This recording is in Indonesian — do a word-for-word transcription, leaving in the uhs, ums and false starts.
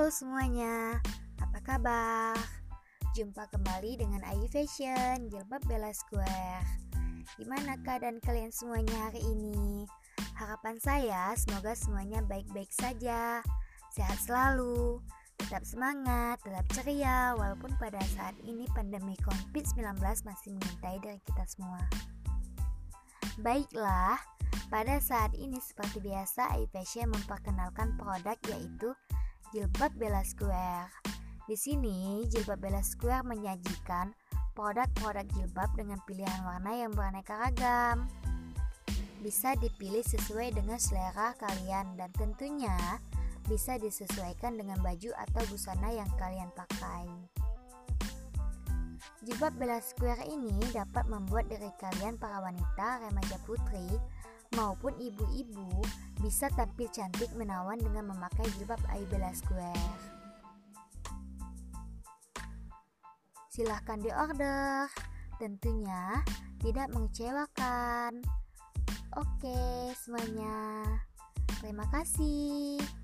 Halo semuanya, apa kabar? Jumpa kembali dengan Ayu Fashion, Jilbab Bella Square. Gimana keadaan kalian semuanya hari ini? Harapan saya semoga semuanya baik-baik saja, sehat selalu, tetap semangat, tetap ceria, walaupun pada saat ini pandemi covid sembilan belas masih mengintai dari kita semua. Baiklah, pada saat ini seperti biasa Ayu Fashion memperkenalkan produk yaitu Jilbab Bella Square. Di sini Jilbab Bella Square menyajikan produk-produk jilbab dengan pilihan warna yang beraneka ragam. Bisa dipilih sesuai dengan selera kalian dan tentunya bisa disesuaikan dengan baju atau busana yang kalian pakai. Jilbab Bella Square ini dapat membuat diri kalian para wanita, remaja putri maupun ibu-ibu bisa tampil cantik menawan dengan memakai jilbab Ayu Bella Square. Silahkan diorder, tentunya tidak mengecewakan. Oke semuanya, terima kasih.